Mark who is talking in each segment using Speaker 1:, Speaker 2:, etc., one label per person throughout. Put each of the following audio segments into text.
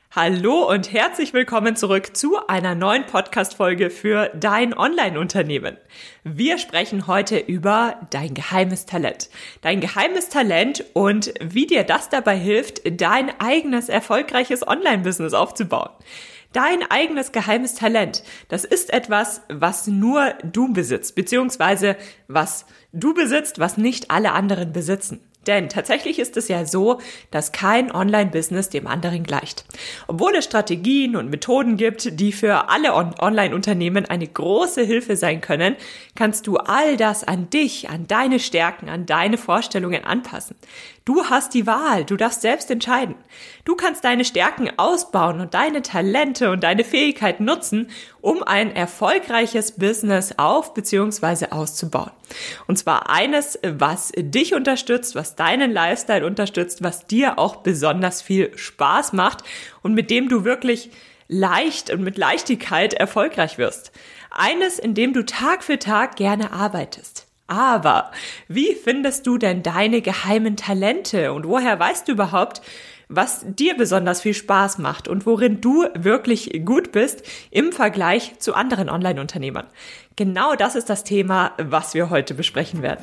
Speaker 1: Hallo und herzlich willkommen zurück zu einer neuen Podcast-Folge für dein Online-Unternehmen. Wir sprechen heute über dein geheimes Talent. Dein geheimes Talent und wie dir das dabei hilft, dein eigenes erfolgreiches Online-Business aufzubauen. Dein eigenes geheimes Talent, das ist etwas, was nur du besitzt, beziehungsweise was du besitzt, was nicht alle anderen besitzen. Denn tatsächlich ist es ja so, dass kein Online-Business dem anderen gleicht. Obwohl es Strategien und Methoden gibt, die für alle Online-Unternehmen eine große Hilfe sein können, kannst du all das an dich, an deine Stärken, an deine Vorstellungen anpassen. Du hast die Wahl, du darfst selbst entscheiden. Du kannst deine Stärken ausbauen und deine Talente und deine Fähigkeiten nutzen, um ein erfolgreiches Business auf- bzw. auszubauen. Und zwar eines, was dich unterstützt, was deinen Lifestyle unterstützt, was dir auch besonders viel Spaß macht und mit dem du wirklich leicht und mit Leichtigkeit erfolgreich wirst. Eines, in dem du Tag für Tag gerne arbeitest. Aber wie findest du denn deine geheimen Talente und woher weißt du überhaupt, was dir besonders viel Spaß macht und worin du wirklich gut bist im Vergleich zu anderen Online-Unternehmern? Genau das ist das Thema, was wir heute besprechen werden.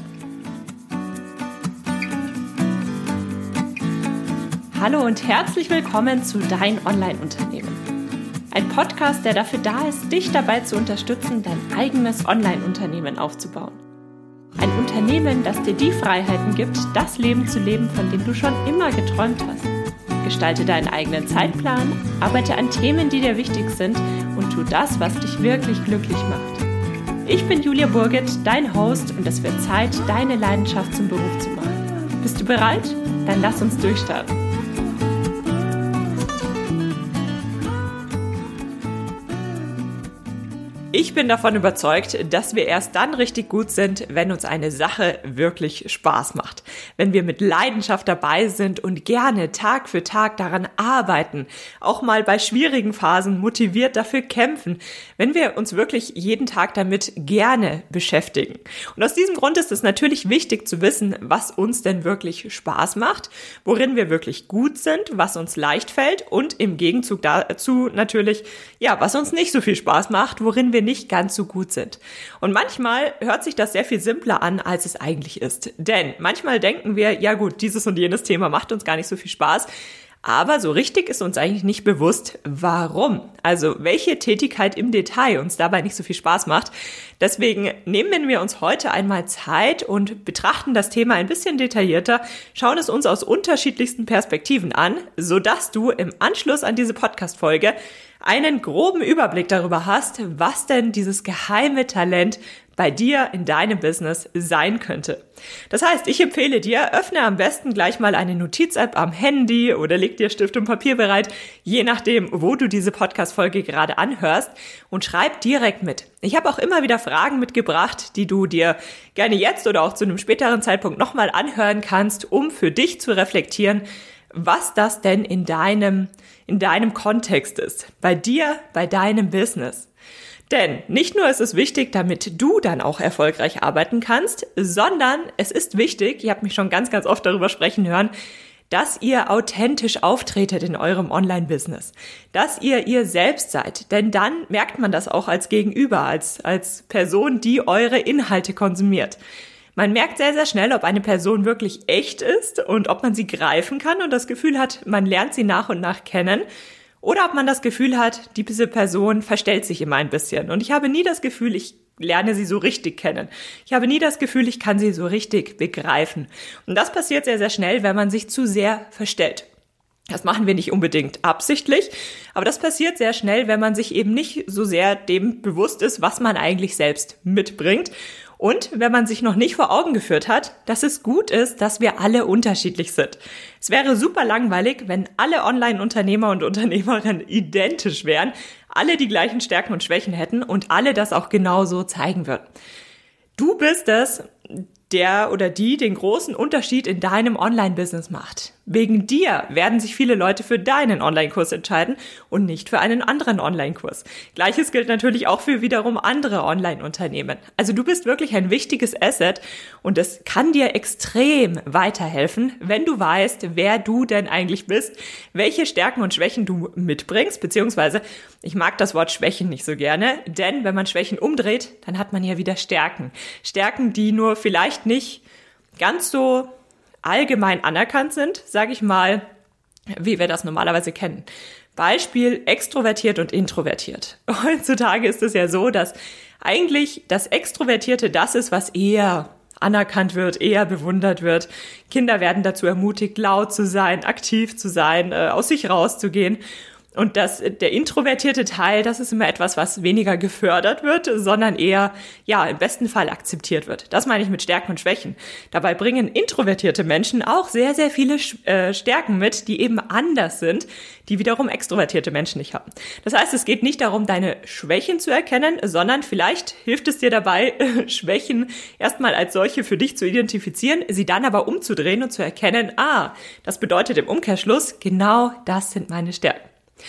Speaker 1: Hallo und herzlich willkommen zu Dein Online-Unternehmen. Ein Podcast, der dafür da ist, dich dabei zu unterstützen, dein eigenes Online-Unternehmen aufzubauen. Ein Unternehmen, das dir die Freiheiten gibt, das Leben zu leben, von dem du schon immer geträumt hast. Gestalte deinen eigenen Zeitplan, arbeite an Themen, die dir wichtig sind und tu das, was dich wirklich glücklich macht. Ich bin Julia Burget, dein Host und es wird Zeit, deine Leidenschaft zum Beruf zu machen. Bist du bereit? Dann lass uns durchstarten. Ich bin davon überzeugt, dass wir erst dann richtig gut sind, wenn uns eine Sache wirklich Spaß macht. Wenn wir mit Leidenschaft dabei sind und gerne Tag für Tag daran arbeiten, auch mal bei schwierigen Phasen motiviert dafür kämpfen, wenn wir uns wirklich jeden Tag damit gerne beschäftigen. Und aus diesem Grund ist es natürlich wichtig zu wissen, was uns denn wirklich Spaß macht, worin wir wirklich gut sind, was uns leicht fällt und im Gegenzug dazu natürlich, was uns nicht so viel Spaß macht, worin wir nicht ganz so gut sind. Und manchmal hört sich das sehr viel simpler an, als es eigentlich ist. Denn manchmal denken wir, ja gut, dieses und jenes Thema macht uns gar nicht so viel Spaß. Aber so richtig ist uns eigentlich nicht bewusst, warum. Also welche Tätigkeit im Detail uns dabei nicht so viel Spaß macht. Deswegen nehmen wir uns heute einmal Zeit und betrachten das Thema ein bisschen detaillierter, schauen es uns aus unterschiedlichsten Perspektiven an, sodass du im Anschluss an diese Podcast-Folge einen groben Überblick darüber hast, was denn dieses geheime Talent bei dir in deinem Business sein könnte. Das heißt, ich empfehle dir, öffne am besten gleich mal eine Notiz-App am Handy oder leg dir Stift und Papier bereit, je nachdem, wo du diese Podcast-Folge gerade anhörst und schreib direkt mit. Ich habe auch immer wieder Fragen mitgebracht, die du dir gerne jetzt oder auch zu einem späteren Zeitpunkt nochmal anhören kannst, um für dich zu reflektieren, was das denn in deinem Kontext ist, bei dir, bei deinem Business. Denn nicht nur ist es wichtig, damit du dann auch erfolgreich arbeiten kannst, sondern es ist wichtig, ihr habt mich schon ganz, ganz oft darüber sprechen hören, dass ihr authentisch auftretet in eurem Online-Business, dass ihr selbst seid, denn dann merkt man das auch als Gegenüber, als Person, die eure Inhalte konsumiert. Man merkt sehr, sehr schnell, ob eine Person wirklich echt ist und ob man sie greifen kann und das Gefühl hat, man lernt sie nach und nach kennen. Oder ob man das Gefühl hat, diese Person verstellt sich immer ein bisschen. Und ich habe nie das Gefühl, ich lerne sie so richtig kennen. Ich habe nie das Gefühl, ich kann sie so richtig begreifen. Und das passiert sehr, sehr schnell, wenn man sich zu sehr verstellt. Das machen wir nicht unbedingt absichtlich, aber das passiert sehr schnell, wenn man sich eben nicht so sehr dem bewusst ist, was man eigentlich selbst mitbringt. Und wenn man sich noch nicht vor Augen geführt hat, dass es gut ist, dass wir alle unterschiedlich sind. Es wäre super langweilig, wenn alle Online-Unternehmer und Unternehmerinnen identisch wären, alle die gleichen Stärken und Schwächen hätten und alle das auch genauso zeigen würden. Du bist es, der oder die den großen Unterschied in deinem Online-Business macht. Wegen dir werden sich viele Leute für deinen Online-Kurs entscheiden und nicht für einen anderen Online-Kurs. Gleiches gilt natürlich auch für wiederum andere Online-Unternehmen. Also du bist wirklich ein wichtiges Asset und es kann dir extrem weiterhelfen, wenn du weißt, wer du denn eigentlich bist, welche Stärken und Schwächen du mitbringst, beziehungsweise ich mag das Wort Schwächen nicht so gerne, denn wenn man Schwächen umdreht, dann hat man ja wieder Stärken. Stärken, die nur vielleicht nicht ganz so allgemein anerkannt sind, sage ich mal, wie wir das normalerweise kennen. Beispiel extrovertiert und introvertiert. Heutzutage ist es ja so, dass eigentlich das Extrovertierte das ist, was eher anerkannt wird, eher bewundert wird. Kinder werden dazu ermutigt, laut zu sein, aktiv zu sein, aus sich rauszugehen. Und der introvertierte Teil, das ist immer etwas, was weniger gefördert wird, sondern eher, im besten Fall akzeptiert wird. Das meine ich mit Stärken und Schwächen. Dabei bringen introvertierte Menschen auch sehr, sehr viele Stärken mit, die eben anders sind, die wiederum extrovertierte Menschen nicht haben. Das heißt, es geht nicht darum, deine Schwächen zu erkennen, sondern vielleicht hilft es dir dabei, Schwächen erstmal als solche für dich zu identifizieren, sie dann aber umzudrehen und zu erkennen, das bedeutet im Umkehrschluss, genau das sind meine Stärken.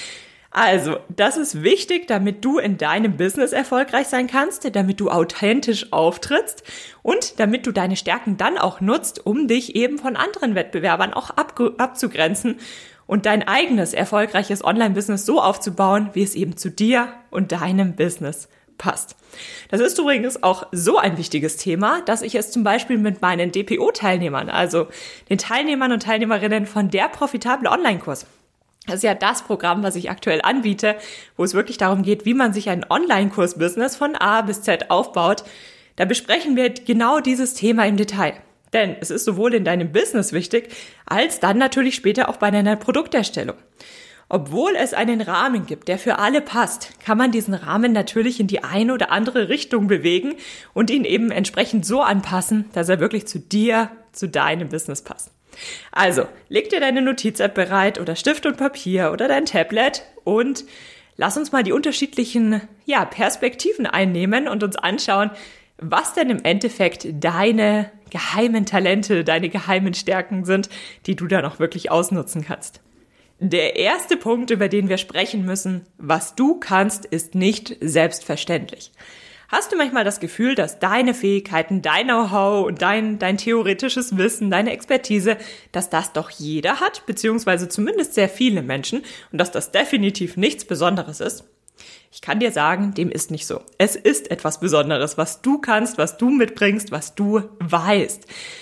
Speaker 1: Also, das ist wichtig, damit du in deinem Business erfolgreich sein kannst, damit du authentisch auftrittst und damit du deine Stärken dann auch nutzt, um dich eben von anderen Wettbewerbern auch abzugrenzen und dein eigenes erfolgreiches Online-Business so aufzubauen, wie es eben zu dir und deinem Business passt. Das ist übrigens auch so ein wichtiges Thema, dass ich es zum Beispiel mit meinen DPO-Teilnehmern, also den Teilnehmern und Teilnehmerinnen von der profitable Online-Kurs, das ist ja das Programm, was ich aktuell anbiete, wo es wirklich darum geht, wie man sich ein Online-Kurs-Business von A bis Z aufbaut. Da besprechen wir genau dieses Thema im Detail. Denn es ist sowohl in deinem Business wichtig, als dann natürlich später auch bei deiner Produkterstellung. Obwohl es einen Rahmen gibt, der für alle passt, kann man diesen Rahmen natürlich in die eine oder andere Richtung bewegen und ihn eben entsprechend so anpassen, dass er wirklich zu dir, zu deinem Business passt. Also, leg dir deine Notiz-App bereit oder Stift und Papier oder dein Tablet und lass uns mal die unterschiedlichen Perspektiven einnehmen und uns anschauen, was denn im Endeffekt deine geheimen Talente, deine geheimen Stärken sind, die du dann auch wirklich ausnutzen kannst. Der erste Punkt, über den wir sprechen müssen, was du kannst, ist nicht selbstverständlich. Hast du manchmal das Gefühl, dass deine Fähigkeiten, dein Know-how und dein theoretisches Wissen, deine Expertise, dass das doch jeder hat, beziehungsweise zumindest sehr viele Menschen und dass das definitiv nichts Besonderes ist? Ich kann dir sagen, dem ist nicht so. Es ist etwas Besonderes, was du kannst, was du mitbringst, was du weißt.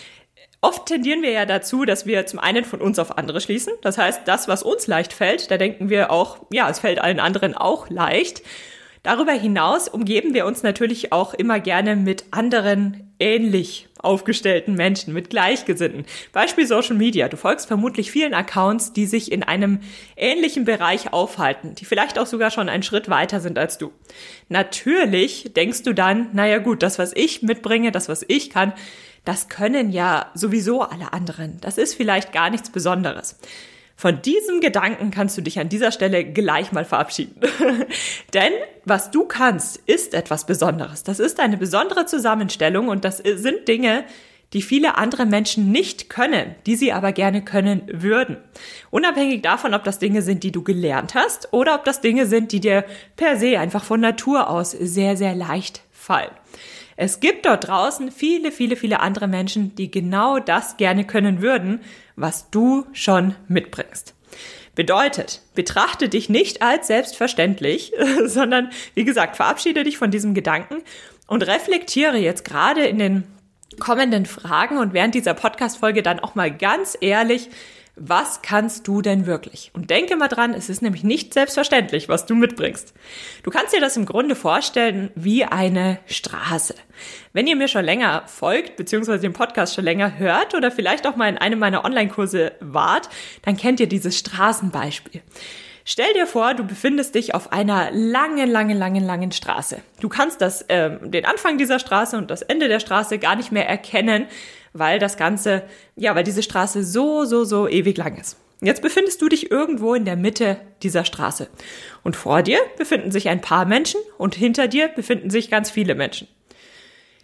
Speaker 1: Oft tendieren wir ja dazu, dass wir zum einen von uns auf andere schließen. Das heißt, das, was uns leicht fällt, da denken wir auch, es fällt allen anderen auch leicht. Darüber hinaus umgeben wir uns natürlich auch immer gerne mit anderen ähnlich aufgestellten Menschen, mit Gleichgesinnten. Beispiel Social Media. Du folgst vermutlich vielen Accounts, die sich in einem ähnlichen Bereich aufhalten, die vielleicht auch sogar schon einen Schritt weiter sind als du. Natürlich denkst du dann, das, was ich mitbringe, das, was ich kann, das können ja sowieso alle anderen. Das ist vielleicht gar nichts Besonderes. Von diesem Gedanken kannst du dich an dieser Stelle gleich mal verabschieden. Denn was du kannst, ist etwas Besonderes. Das ist eine besondere Zusammenstellung und das sind Dinge, die viele andere Menschen nicht können, die sie aber gerne können würden. Unabhängig davon, ob das Dinge sind, die du gelernt hast oder ob das Dinge sind, die dir per se einfach von Natur aus sehr, sehr leicht fallen. Es gibt dort draußen viele, viele, viele andere Menschen, die genau das gerne können würden, was du schon mitbringst. Bedeutet, betrachte dich nicht als selbstverständlich, sondern, wie gesagt, verabschiede dich von diesem Gedanken und reflektiere jetzt gerade in den kommenden Fragen und während dieser Podcast-Folge dann auch mal ganz ehrlich, was kannst du denn wirklich? Und denke mal dran, es ist nämlich nicht selbstverständlich, was du mitbringst. Du kannst dir das im Grunde vorstellen wie eine Straße. Wenn ihr mir schon länger folgt, beziehungsweise den Podcast schon länger hört oder vielleicht auch mal in einem meiner Online-Kurse wart, dann kennt ihr dieses Straßenbeispiel. Stell dir vor, du befindest dich auf einer langen Straße. Du kannst den Anfang dieser Straße und das Ende der Straße gar nicht mehr erkennen, weil weil diese Straße so ewig lang ist. Jetzt befindest du dich irgendwo in der Mitte dieser Straße. Und vor dir befinden sich ein paar Menschen und hinter dir befinden sich ganz viele Menschen.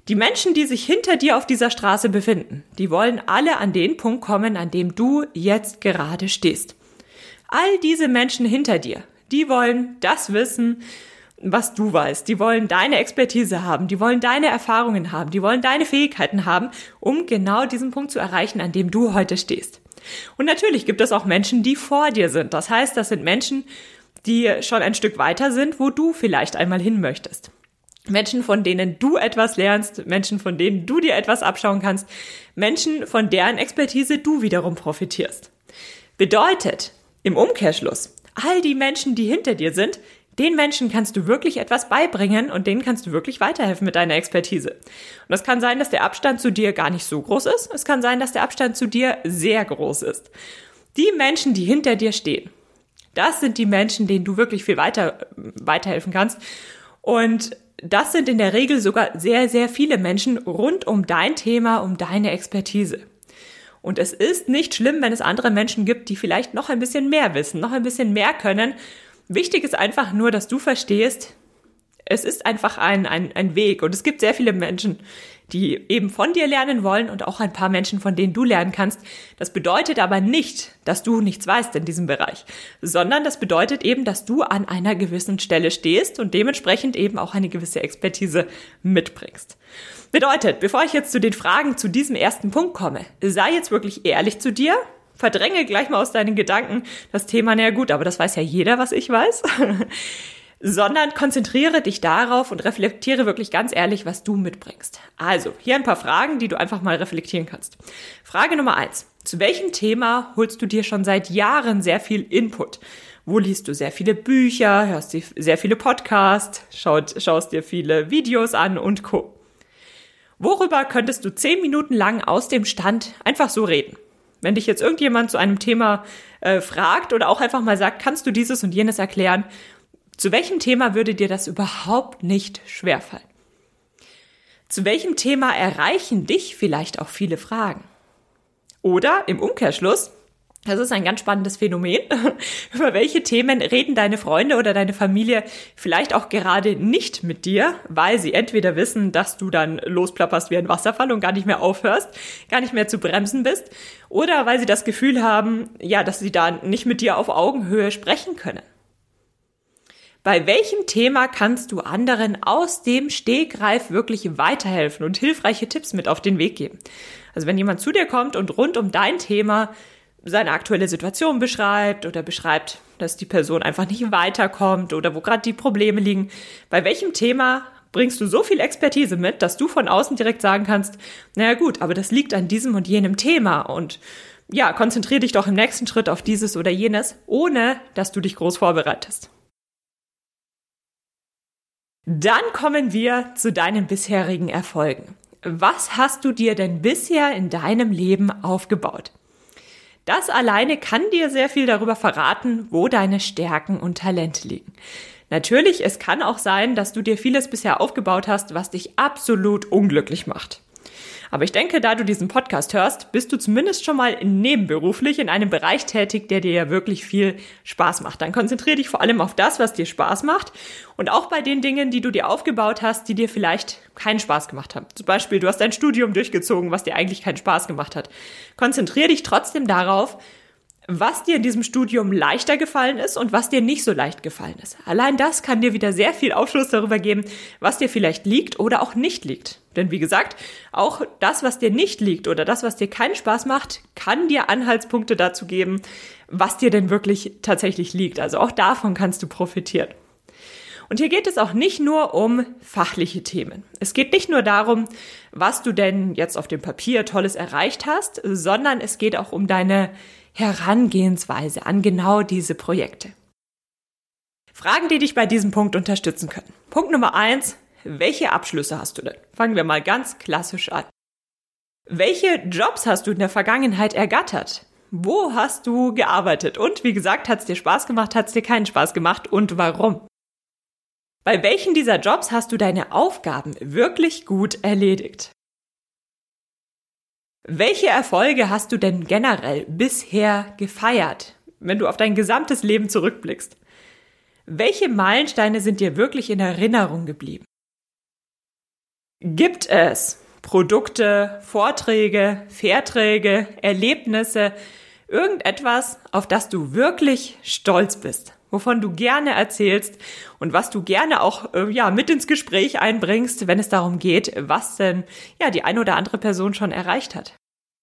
Speaker 1: Die Menschen, die sich hinter dir auf dieser Straße befinden, die wollen alle an den Punkt kommen, an dem du jetzt gerade stehst. All diese Menschen hinter dir, die wollen das wissen, was du weißt. Die wollen deine Expertise haben, die wollen deine Erfahrungen haben, die wollen deine Fähigkeiten haben, um genau diesen Punkt zu erreichen, an dem du heute stehst. Und natürlich gibt es auch Menschen, die vor dir sind. Das heißt, das sind Menschen, die schon ein Stück weiter sind, wo du vielleicht einmal hin möchtest. Menschen, von denen du etwas lernst, Menschen, von denen du dir etwas abschauen kannst, Menschen, von deren Expertise du wiederum profitierst. Bedeutet, im Umkehrschluss, all die Menschen, die hinter dir sind, den Menschen kannst du wirklich etwas beibringen und denen kannst du wirklich weiterhelfen mit deiner Expertise. Und das kann sein, dass der Abstand zu dir gar nicht so groß ist. Es kann sein, dass der Abstand zu dir sehr groß ist. Die Menschen, die hinter dir stehen, das sind die Menschen, denen du wirklich viel weiterhelfen kannst. Und das sind in der Regel sogar sehr, sehr viele Menschen rund um dein Thema, um deine Expertise. Und es ist nicht schlimm, wenn es andere Menschen gibt, die vielleicht noch ein bisschen mehr wissen, noch ein bisschen mehr können. Wichtig ist einfach nur, dass du verstehst, es ist einfach ein Weg. Und es gibt sehr viele Menschen, die eben von dir lernen wollen und auch ein paar Menschen, von denen du lernen kannst. Das bedeutet aber nicht, dass du nichts weißt in diesem Bereich, sondern das bedeutet eben, dass du an einer gewissen Stelle stehst und dementsprechend eben auch eine gewisse Expertise mitbringst. Bedeutet, bevor ich jetzt zu den Fragen zu diesem ersten Punkt komme, sei jetzt wirklich ehrlich zu dir, verdränge gleich mal aus deinen Gedanken das Thema, naja gut, aber das weiß ja jeder, was ich weiß, sondern konzentriere dich darauf und reflektiere wirklich ganz ehrlich, was du mitbringst. Also, hier ein paar Fragen, die du einfach mal reflektieren kannst. Frage Nummer 1. Zu welchem Thema holst du dir schon seit Jahren sehr viel Input? Wo liest du sehr viele Bücher, hörst dir sehr viele Podcasts, schaust dir viele Videos an und Co. Worüber könntest du 10 Minuten lang aus dem Stand einfach so reden? Wenn dich jetzt irgendjemand zu einem Thema fragt oder auch einfach mal sagt, kannst du dieses und jenes erklären, zu welchem Thema würde dir das überhaupt nicht schwerfallen? Zu welchem Thema erreichen dich vielleicht auch viele Fragen? Oder im Umkehrschluss, das ist ein ganz spannendes Phänomen, über welche Themen reden deine Freunde oder deine Familie vielleicht auch gerade nicht mit dir, weil sie entweder wissen, dass du dann losplapperst wie ein Wasserfall und gar nicht mehr aufhörst, gar nicht mehr zu bremsen bist, oder weil sie das Gefühl haben, ja, dass sie da nicht mit dir auf Augenhöhe sprechen können. Bei welchem Thema kannst du anderen aus dem Stegreif wirklich weiterhelfen und hilfreiche Tipps mit auf den Weg geben? Also wenn jemand zu dir kommt und rund um dein Thema seine aktuelle Situation beschreibt oder beschreibt, dass die Person einfach nicht weiterkommt oder wo gerade die Probleme liegen, bei welchem Thema bringst du so viel Expertise mit, dass du von außen direkt sagen kannst, naja gut, aber das liegt an diesem und jenem Thema und ja, konzentrier dich doch im nächsten Schritt auf dieses oder jenes, ohne dass du dich groß vorbereitest. Dann kommen wir zu deinen bisherigen Erfolgen. Was hast du dir denn bisher in deinem Leben aufgebaut? Das alleine kann dir sehr viel darüber verraten, wo deine Stärken und Talente liegen. Natürlich, es kann auch sein, dass du dir vieles bisher aufgebaut hast, was dich absolut unglücklich macht. Aber ich denke, da du diesen Podcast hörst, bist du zumindest schon mal nebenberuflich in einem Bereich tätig, der dir ja wirklich viel Spaß macht. Dann konzentriere dich vor allem auf das, was dir Spaß macht und auch bei den Dingen, die du dir aufgebaut hast, die dir vielleicht keinen Spaß gemacht haben. Zum Beispiel, du hast dein Studium durchgezogen, was dir eigentlich keinen Spaß gemacht hat. Konzentriere dich trotzdem darauf, was dir in diesem Studium leichter gefallen ist und was dir nicht so leicht gefallen ist. Allein das kann dir wieder sehr viel Aufschluss darüber geben, was dir vielleicht liegt oder auch nicht liegt. Denn wie gesagt, auch das, was dir nicht liegt oder das, was dir keinen Spaß macht, kann dir Anhaltspunkte dazu geben, was dir denn wirklich tatsächlich liegt. Also auch davon kannst du profitieren. Und hier geht es auch nicht nur um fachliche Themen. Es geht nicht nur darum, was du denn jetzt auf dem Papier Tolles erreicht hast, sondern es geht auch um deine Herangehensweise an genau diese Projekte. Fragen, die dich bei diesem Punkt unterstützen können. Punkt Nummer 1, welche Abschlüsse hast du denn? Fangen wir mal ganz klassisch an. Welche Jobs hast du in der Vergangenheit ergattert? Wo hast du gearbeitet? Und wie gesagt, hat es dir Spaß gemacht, hat es dir keinen Spaß gemacht und warum? Bei welchen dieser Jobs hast du deine Aufgaben wirklich gut erledigt? Welche Erfolge hast du denn generell bisher gefeiert, wenn du auf dein gesamtes Leben zurückblickst? Welche Meilensteine sind dir wirklich in Erinnerung geblieben? Gibt es Produkte, Vorträge, Verträge, Erlebnisse, irgendetwas, auf das du wirklich stolz bist, wovon du gerne erzählst und was du gerne auch mit ins Gespräch einbringst, wenn es darum geht, was denn die ein oder andere Person schon erreicht hat?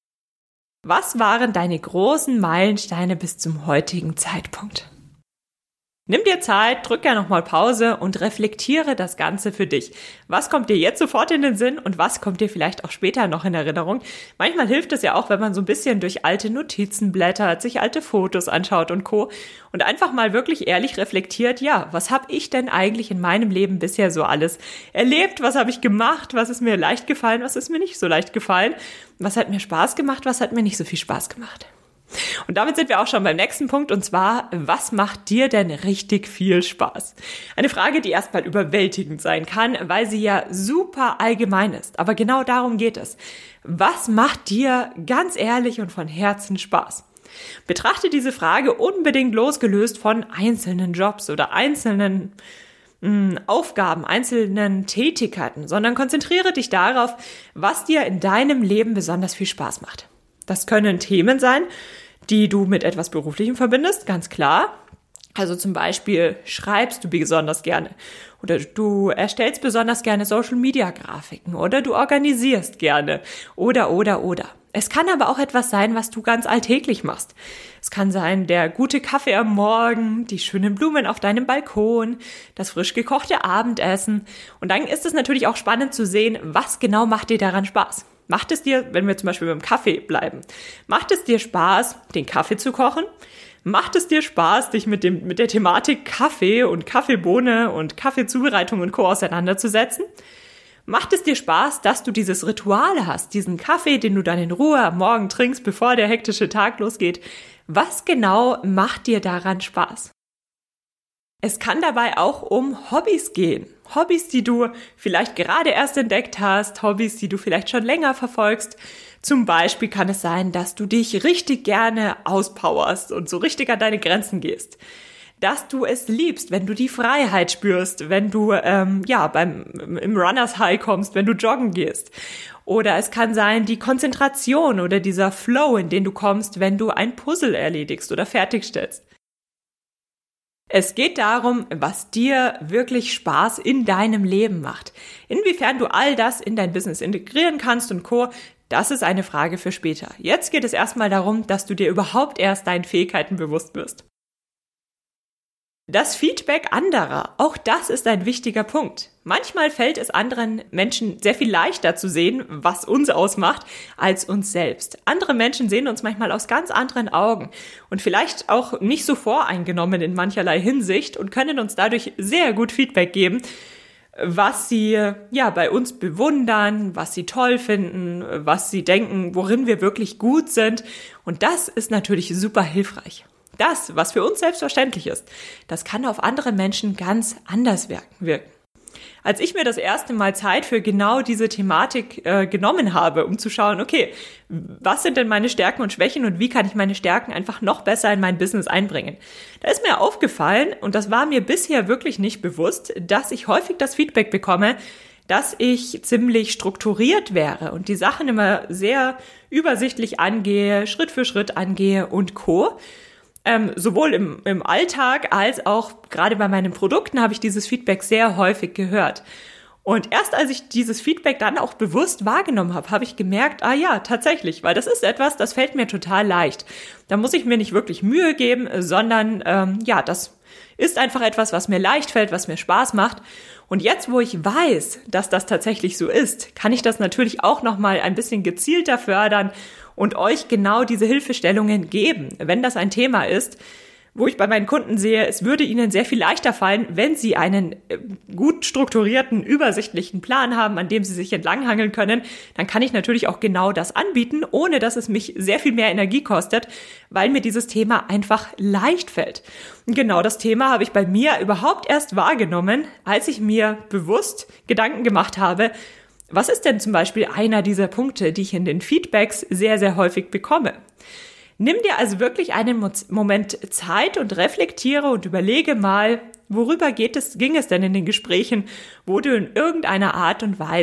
Speaker 1: Was waren deine großen Meilensteine bis zum heutigen Zeitpunkt? Nimm dir Zeit, drück gerne nochmal Pause und reflektiere das Ganze für dich. Was kommt dir jetzt sofort in den Sinn und was kommt dir vielleicht auch später noch in Erinnerung? Manchmal hilft es ja auch, wenn man so ein bisschen durch alte Notizen blättert, sich alte Fotos anschaut und Co. und einfach mal wirklich ehrlich reflektiert, was habe ich denn eigentlich in meinem Leben bisher so alles erlebt? Was habe ich gemacht? Was ist mir leicht gefallen? Was ist mir nicht so leicht gefallen? Was hat mir Spaß gemacht? Was hat mir nicht so viel Spaß gemacht? Und damit sind wir auch schon beim nächsten Punkt, und zwar, was macht dir denn richtig viel Spaß? Eine Frage, die erstmal überwältigend sein kann, weil sie ja super allgemein ist. Aber genau darum geht es. Was macht dir ganz ehrlich und von Herzen Spaß? Betrachte diese Frage unbedingt losgelöst von einzelnen Jobs oder einzelnen Aufgaben, einzelnen Tätigkeiten, sondern konzentriere dich darauf, was dir in deinem Leben besonders viel Spaß macht. Das können Themen sein, die du mit etwas Beruflichem verbindest, ganz klar. Also zum Beispiel schreibst du besonders gerne oder du erstellst besonders gerne Social-Media-Grafiken oder du organisierst gerne oder. Es kann aber auch etwas sein, was du ganz alltäglich machst. Es kann sein, der gute Kaffee am Morgen, die schönen Blumen auf deinem Balkon, das frisch gekochte Abendessen. Und dann ist es natürlich auch spannend zu sehen, was genau macht dir daran Spaß. Macht es dir, wenn wir zum Beispiel beim Kaffee bleiben, macht es dir Spaß, den Kaffee zu kochen? Macht es dir Spaß, dich mit der Thematik Kaffee und Kaffeebohne und Kaffeezubereitung und Co. auseinanderzusetzen? Macht es dir Spaß, dass du dieses Ritual hast, diesen Kaffee, den du dann in Ruhe am Morgen trinkst, bevor der hektische Tag losgeht? Was genau macht dir daran Spaß? Es kann dabei auch um Hobbys gehen. Hobbys, die du vielleicht gerade erst entdeckt hast, Hobbys, die du vielleicht schon länger verfolgst. Zum Beispiel kann es sein, dass du dich richtig gerne auspowerst und so richtig an deine Grenzen gehst. Dass du es liebst, wenn du die Freiheit spürst, wenn du im Runners High kommst, wenn du joggen gehst. Oder es kann sein, die Konzentration oder dieser Flow, in den du kommst, wenn du ein Puzzle erledigst oder fertigstellst. Es geht darum, was dir wirklich Spaß in deinem Leben macht. Inwiefern du all das in dein Business integrieren kannst und Co., das ist eine Frage für später. Jetzt geht es erstmal darum, dass du dir überhaupt erst deinen Fähigkeiten bewusst wirst. Das Feedback anderer, auch das ist ein wichtiger Punkt. Manchmal fällt es anderen Menschen sehr viel leichter zu sehen, was uns ausmacht, als uns selbst. Andere Menschen sehen uns manchmal aus ganz anderen Augen und vielleicht auch nicht so voreingenommen in mancherlei Hinsicht und können uns dadurch sehr gut Feedback geben, was sie bei uns bewundern, was sie toll finden, was sie denken, worin wir wirklich gut sind. Und das ist natürlich super hilfreich. Das, was für uns selbstverständlich ist, das kann auf andere Menschen ganz anders wirken. Als ich mir das erste Mal Zeit für genau diese Thematik genommen habe, um zu schauen, okay, was sind denn meine Stärken und Schwächen und wie kann ich meine Stärken einfach noch besser in mein Business einbringen? Da ist mir aufgefallen, und das war mir bisher wirklich nicht bewusst, dass ich häufig das Feedback bekomme, dass ich ziemlich strukturiert wäre und die Sachen immer sehr übersichtlich angehe, Schritt für Schritt angehe und Co., sowohl im Alltag als auch gerade bei meinen Produkten habe ich dieses Feedback sehr häufig gehört. Und erst als ich dieses Feedback dann auch bewusst wahrgenommen habe, habe ich gemerkt, tatsächlich, weil das ist etwas, das fällt mir total leicht. Da muss ich mir nicht wirklich Mühe geben, sondern das ist einfach etwas, was mir leicht fällt, was mir Spaß macht. Und jetzt, wo ich weiß, dass das tatsächlich so ist, kann ich das natürlich auch nochmal ein bisschen gezielter fördern und euch genau diese Hilfestellungen geben, wenn das ein Thema ist, wo ich bei meinen Kunden sehe, es würde ihnen sehr viel leichter fallen, wenn sie einen gut strukturierten, übersichtlichen Plan haben, an dem sie sich entlanghangeln können, dann kann ich natürlich auch genau das anbieten, ohne dass es mich sehr viel mehr Energie kostet, weil mir dieses Thema einfach leicht fällt. Und genau das Thema habe ich bei mir überhaupt erst wahrgenommen, als ich mir bewusst Gedanken gemacht habe, was ist denn zum Beispiel einer dieser Punkte, die ich in den Feedbacks sehr, sehr häufig bekomme? Nimm dir also wirklich einen Moment Zeit und reflektiere und überlege mal, worüber ging es denn in den Gesprächen, wo du in irgendeiner Art und Weise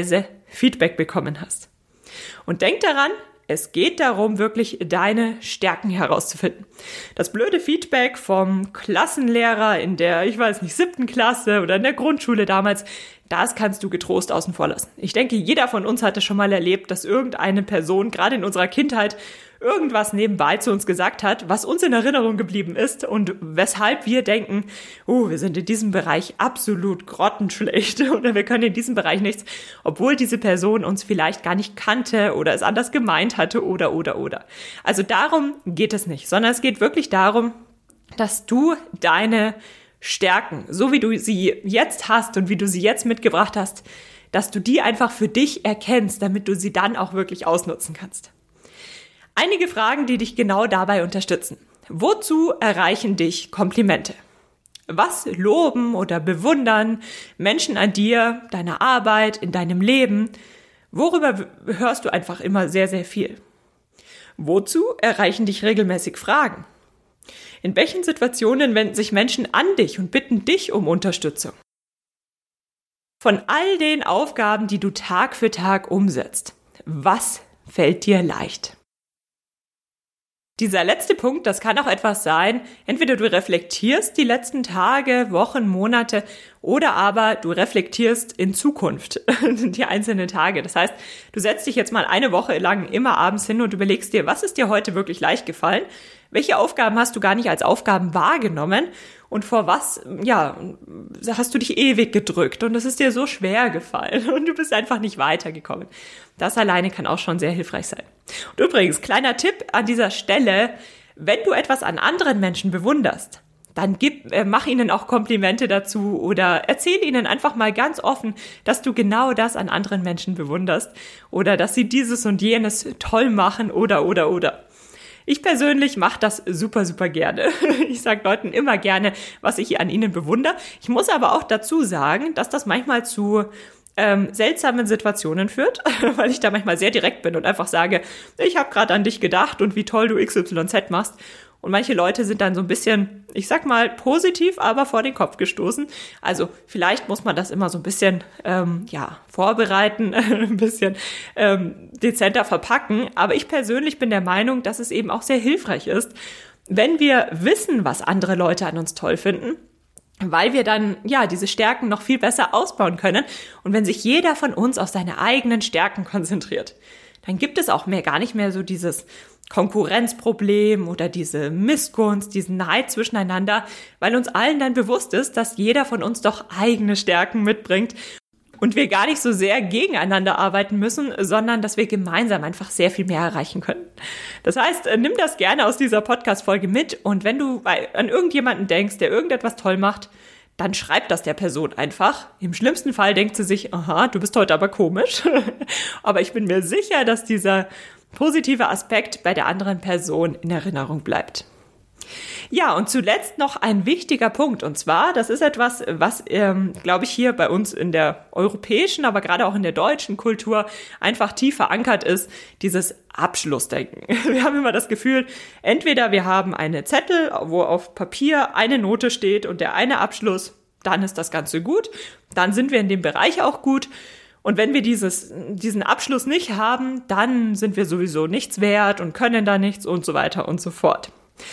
Speaker 1: Feedback bekommen hast. Und denk daran, es geht darum, wirklich deine Stärken herauszufinden. Das blöde Feedback vom Klassenlehrer in der, 7. Klasse oder in der Grundschule damals, das kannst du getrost außen vor lassen. Ich denke, jeder von uns hatte schon mal erlebt, dass irgendeine Person, gerade in unserer Kindheit, irgendwas nebenbei zu uns gesagt hat, was uns in Erinnerung geblieben ist und weshalb wir denken, wir sind in diesem Bereich absolut grottenschlecht oder wir können in diesem Bereich nichts, obwohl diese Person uns vielleicht gar nicht kannte oder es anders gemeint hatte oder. Also darum geht es nicht, sondern es geht wirklich darum, dass du deine Stärken, so wie du sie jetzt hast und wie du sie jetzt mitgebracht hast, dass du die einfach für dich erkennst, damit du sie dann auch wirklich ausnutzen kannst. Einige Fragen, die dich genau dabei unterstützen. Wozu erreichen dich Komplimente? Was loben oder bewundern Menschen an dir, deiner Arbeit, in deinem Leben? Worüber hörst du einfach immer sehr, sehr viel? Wozu erreichen dich regelmäßig Fragen? In welchen Situationen wenden sich Menschen an dich und bitten dich um Unterstützung? Von all den Aufgaben, die du Tag für Tag umsetzt, was fällt dir leicht? Dieser letzte Punkt, das kann auch etwas sein, entweder du reflektierst die letzten Tage, Wochen, Monate oder aber du reflektierst in Zukunft die einzelnen Tage. Das heißt, du setzt dich jetzt mal eine Woche lang immer abends hin und überlegst dir, was ist dir heute wirklich leicht gefallen? Welche Aufgaben hast du gar nicht als Aufgaben wahrgenommen? Und vor was, hast du dich ewig gedrückt und es ist dir so schwer gefallen und du bist einfach nicht weitergekommen. Das alleine kann auch schon sehr hilfreich sein. Und übrigens, kleiner Tipp an dieser Stelle, wenn du etwas an anderen Menschen bewunderst, dann mach ihnen auch Komplimente dazu oder erzähl ihnen einfach mal ganz offen, dass du genau das an anderen Menschen bewunderst oder dass sie dieses und jenes toll machen oder. Ich persönlich mache das super, super gerne. Ich sage Leuten immer gerne, was ich an ihnen bewundere. Ich muss aber auch dazu sagen, dass das manchmal zu seltsamen Situationen führt, weil ich da manchmal sehr direkt bin und einfach sage, ich habe gerade an dich gedacht und wie toll du XYZ machst. Und manche Leute sind dann so ein bisschen, ich sag mal, positiv, aber vor den Kopf gestoßen. Also vielleicht muss man das immer so ein bisschen vorbereiten, ein bisschen dezenter verpacken. Aber ich persönlich bin der Meinung, dass es eben auch sehr hilfreich ist, wenn wir wissen, was andere Leute an uns toll finden, weil wir dann diese Stärken noch viel besser ausbauen können. Und wenn sich jeder von uns auf seine eigenen Stärken konzentriert, dann gibt es auch gar nicht mehr so dieses Konkurrenzproblem oder diese Missgunst, diesen Neid zwischeneinander, weil uns allen dann bewusst ist, dass jeder von uns doch eigene Stärken mitbringt und wir gar nicht so sehr gegeneinander arbeiten müssen, sondern dass wir gemeinsam einfach sehr viel mehr erreichen können. Das heißt, nimm das gerne aus dieser Podcast-Folge mit und wenn du an irgendjemanden denkst, der irgendetwas toll macht, dann schreib das der Person einfach. Im schlimmsten Fall denkt sie sich, aha, du bist heute aber komisch. Aber ich bin mir sicher, dass dieser positive Aspekt bei der anderen Person in Erinnerung bleibt. Ja, und zuletzt noch ein wichtiger Punkt. Und zwar, das ist etwas, was, glaube ich, hier bei uns in der europäischen, aber gerade auch in der deutschen Kultur einfach tief verankert ist, dieses Abschlussdenken. Wir haben immer das Gefühl, entweder wir haben eine Zettel, wo auf Papier eine Note steht und der eine Abschluss, dann ist das Ganze gut, dann sind wir in dem Bereich auch gut. Und wenn wir diesen Abschluss nicht haben, dann sind wir sowieso nichts wert und können da nichts und so weiter und so fort.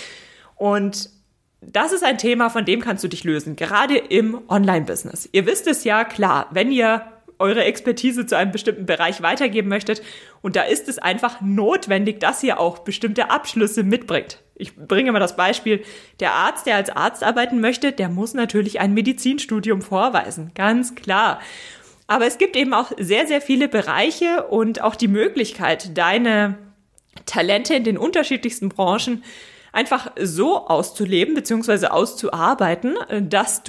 Speaker 1: Und das ist ein Thema, von dem kannst du dich lösen, gerade im Online-Business. Ihr wisst es ja, klar, wenn ihr eure Expertise zu einem bestimmten Bereich weitergeben möchtet und da ist es einfach notwendig, dass ihr auch bestimmte Abschlüsse mitbringt. Ich bringe mal das Beispiel, der Arzt, der als Arzt arbeiten möchte, der muss natürlich ein Medizinstudium vorweisen, ganz klar. Aber es gibt eben auch sehr, sehr viele Bereiche und auch die Möglichkeit, deine Talente in den unterschiedlichsten Branchen einfach so auszuleben bzw. auszuarbeiten, dass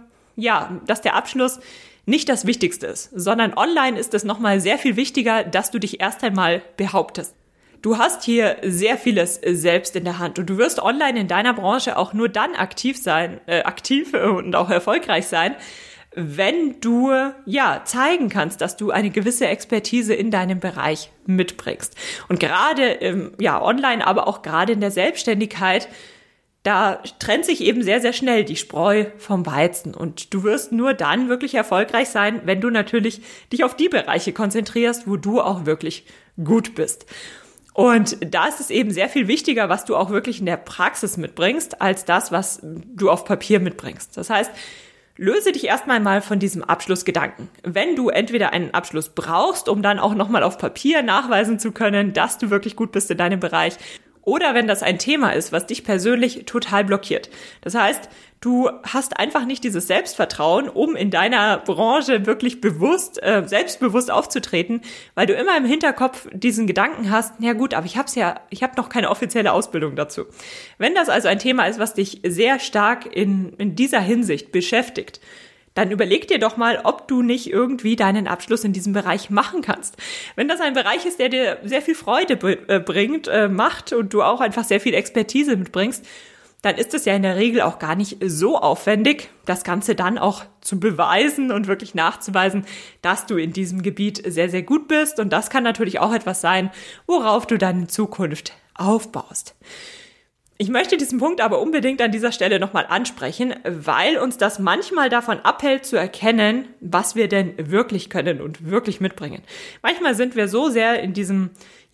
Speaker 1: der Abschluss nicht das Wichtigste ist, sondern online ist es nochmal sehr viel wichtiger, dass du dich erst einmal behauptest. Du hast hier sehr vieles selbst in der Hand und du wirst online in deiner Branche auch nur dann aktiv und auch erfolgreich sein, wenn du zeigen kannst, dass du eine gewisse Expertise in deinem Bereich mitbringst. Und gerade online, aber auch gerade in der Selbstständigkeit, da trennt sich eben sehr, sehr schnell die Spreu vom Weizen. Und du wirst nur dann wirklich erfolgreich sein, wenn du natürlich dich auf die Bereiche konzentrierst, wo du auch wirklich gut bist. Und da ist es eben sehr viel wichtiger, was du auch wirklich in der Praxis mitbringst, als das, was du auf Papier mitbringst. Das heißt, löse dich erstmal mal von diesem Abschlussgedanken. Wenn du entweder einen Abschluss brauchst, um dann auch nochmal auf Papier nachweisen zu können, dass du wirklich gut bist in deinem Bereich, oder wenn das ein Thema ist, was dich persönlich total blockiert. Das heißt, du hast einfach nicht dieses Selbstvertrauen, um in deiner Branche wirklich selbstbewusst aufzutreten, weil du immer im Hinterkopf diesen Gedanken hast, ja gut, aber ich habe noch keine offizielle Ausbildung dazu. Wenn das also ein Thema ist, was dich sehr stark in dieser Hinsicht beschäftigt, dann überleg dir doch mal, ob du nicht irgendwie deinen Abschluss in diesem Bereich machen kannst. Wenn das ein Bereich ist, der dir sehr viel Freude macht und du auch einfach sehr viel Expertise mitbringst, dann ist es ja in der Regel auch gar nicht so aufwendig, das Ganze dann auch zu beweisen und wirklich nachzuweisen, dass du in diesem Gebiet sehr, sehr gut bist. Und das kann natürlich auch etwas sein, worauf du dann in Zukunft aufbaust. Ich möchte diesen Punkt aber unbedingt an dieser Stelle nochmal ansprechen, weil uns das manchmal davon abhält zu erkennen, was wir denn wirklich können und wirklich mitbringen. Manchmal sind wir so sehr in diesem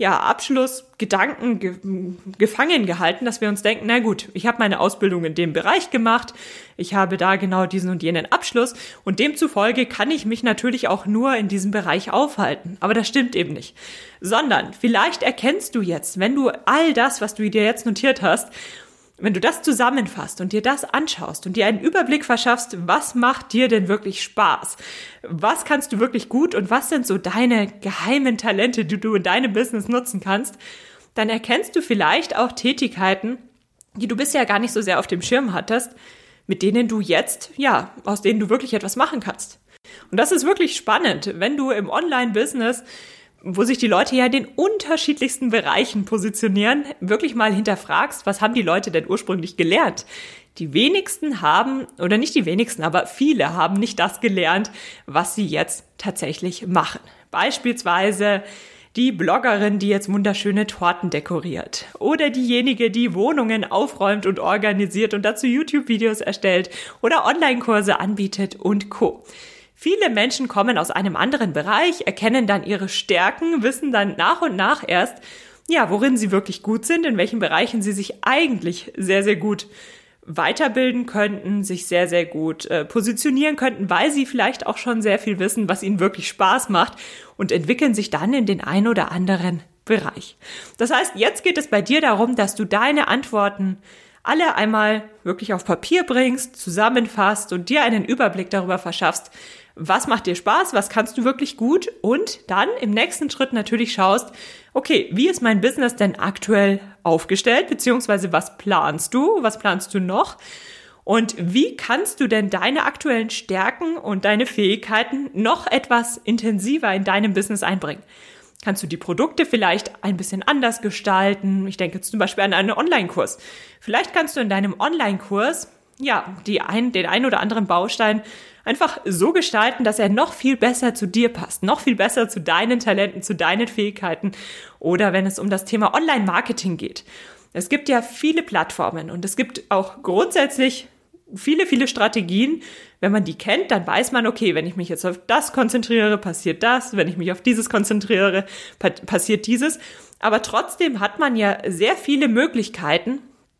Speaker 1: Abschlussgedanken gefangen gehalten, dass wir uns denken, na gut, ich habe meine Ausbildung in dem Bereich gemacht, ich habe da genau diesen und jenen Abschluss und demzufolge kann ich mich natürlich auch nur in diesem Bereich aufhalten. Aber das stimmt eben nicht. Sondern vielleicht erkennst du jetzt, wenn du all das, was du dir jetzt notiert hast, wenn du das zusammenfasst und dir das anschaust und dir einen Überblick verschaffst, was macht dir denn wirklich Spaß? Was kannst du wirklich gut und was sind so deine geheimen Talente, die du in deinem Business nutzen kannst? Dann erkennst du vielleicht auch Tätigkeiten, die du bisher gar nicht so sehr auf dem Schirm hattest, mit denen du jetzt, aus denen du wirklich etwas machen kannst. Und das ist wirklich spannend, wenn du im Online-Business, wo sich die Leute ja in den unterschiedlichsten Bereichen positionieren, wirklich mal hinterfragst, was haben die Leute denn ursprünglich gelernt? Die wenigsten haben, oder nicht die wenigsten, aber viele haben nicht das gelernt, was sie jetzt tatsächlich machen. Beispielsweise die Bloggerin, die jetzt wunderschöne Torten dekoriert. Oder diejenige, die Wohnungen aufräumt und organisiert und dazu YouTube-Videos erstellt oder Online-Kurse anbietet und Co. Viele Menschen kommen aus einem anderen Bereich, erkennen dann ihre Stärken, wissen dann nach und nach erst, worin sie wirklich gut sind, in welchen Bereichen sie sich eigentlich sehr, sehr gut weiterbilden könnten, sich sehr, sehr gut positionieren könnten, weil sie vielleicht auch schon sehr viel wissen, was ihnen wirklich Spaß macht und entwickeln sich dann in den ein oder anderen Bereich. Das heißt, jetzt geht es bei dir darum, dass du deine Antworten alle einmal wirklich auf Papier bringst, zusammenfasst und dir einen Überblick darüber verschaffst, was macht dir Spaß, was kannst du wirklich gut und dann im nächsten Schritt natürlich schaust, okay, wie ist mein Business denn aktuell aufgestellt, beziehungsweise was planst du noch und wie kannst du denn deine aktuellen Stärken und deine Fähigkeiten noch etwas intensiver in deinem Business einbringen? Kannst du die Produkte vielleicht ein bisschen anders gestalten? Ich denke jetzt zum Beispiel an einen Online-Kurs. Vielleicht kannst du in deinem Online-Kurs den ein oder anderen Baustein einfach so gestalten, dass er noch viel besser zu dir passt, noch viel besser zu deinen Talenten, zu deinen Fähigkeiten oder wenn es um das Thema Online-Marketing geht. Es gibt ja viele Plattformen und es gibt auch grundsätzlich viele, viele Strategien. Wenn man die kennt, dann weiß man, okay, wenn ich mich jetzt auf das konzentriere, passiert das. Wenn ich mich auf dieses konzentriere, passiert dieses. Aber trotzdem hat man ja sehr viele Möglichkeiten,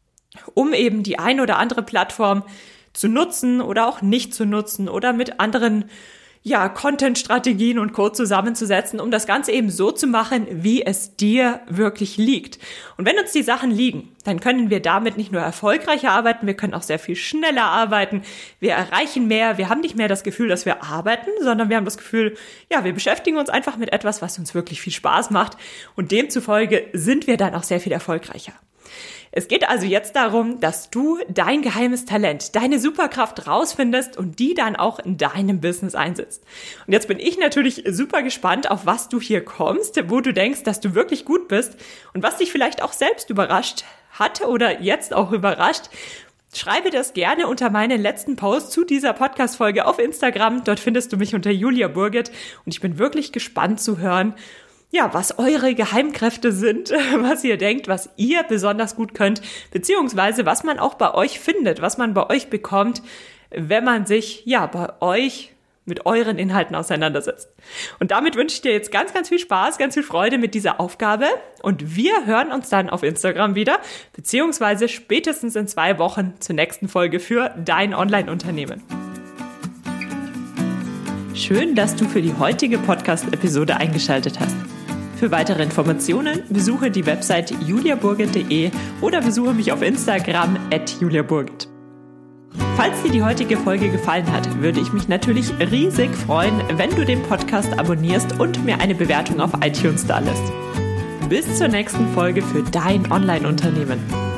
Speaker 1: um eben die ein oder andere Plattform zu nutzen oder auch nicht zu nutzen oder mit anderen Content-Strategien und Co. zusammenzusetzen, um das Ganze eben so zu machen, wie es dir wirklich liegt. Und wenn uns die Sachen liegen, dann können wir damit nicht nur erfolgreicher arbeiten, wir können auch sehr viel schneller arbeiten, wir erreichen mehr, wir haben nicht mehr das Gefühl, dass wir arbeiten, sondern wir haben das Gefühl, wir beschäftigen uns einfach mit etwas, was uns wirklich viel Spaß macht und demzufolge sind wir dann auch sehr viel erfolgreicher. Es geht also jetzt darum, dass du dein geheimes Talent, deine Superkraft rausfindest und die dann auch in deinem Business einsetzt. Und jetzt bin ich natürlich super gespannt, auf was du hier kommst, wo du denkst, dass du wirklich gut bist und was dich vielleicht auch selbst überrascht hat oder jetzt auch überrascht. Schreibe das gerne unter meinen letzten Post zu dieser Podcast-Folge auf Instagram. Dort findest du mich unter Julia Burget und ich bin wirklich gespannt zu hören, ja, was eure Geheimkräfte sind, was ihr denkt, was ihr besonders gut könnt, beziehungsweise was man auch bei euch findet, was man bei euch bekommt, wenn man sich, ja, bei euch mit euren Inhalten auseinandersetzt. Und damit wünsche ich dir jetzt ganz, ganz viel Spaß, ganz viel Freude mit dieser Aufgabe. Und wir hören uns dann auf Instagram wieder, beziehungsweise spätestens in 2 Wochen zur nächsten Folge für dein Online-Unternehmen. Schön, dass du für die heutige Podcast-Episode eingeschaltet hast. Für weitere Informationen besuche die Website juliaburgit.de oder besuche mich auf Instagram @juliaburgit. Falls dir die heutige Folge gefallen hat, würde ich mich natürlich riesig freuen, wenn du den Podcast abonnierst und mir eine Bewertung auf iTunes dalässt. Bis zur nächsten Folge für dein Online-Unternehmen.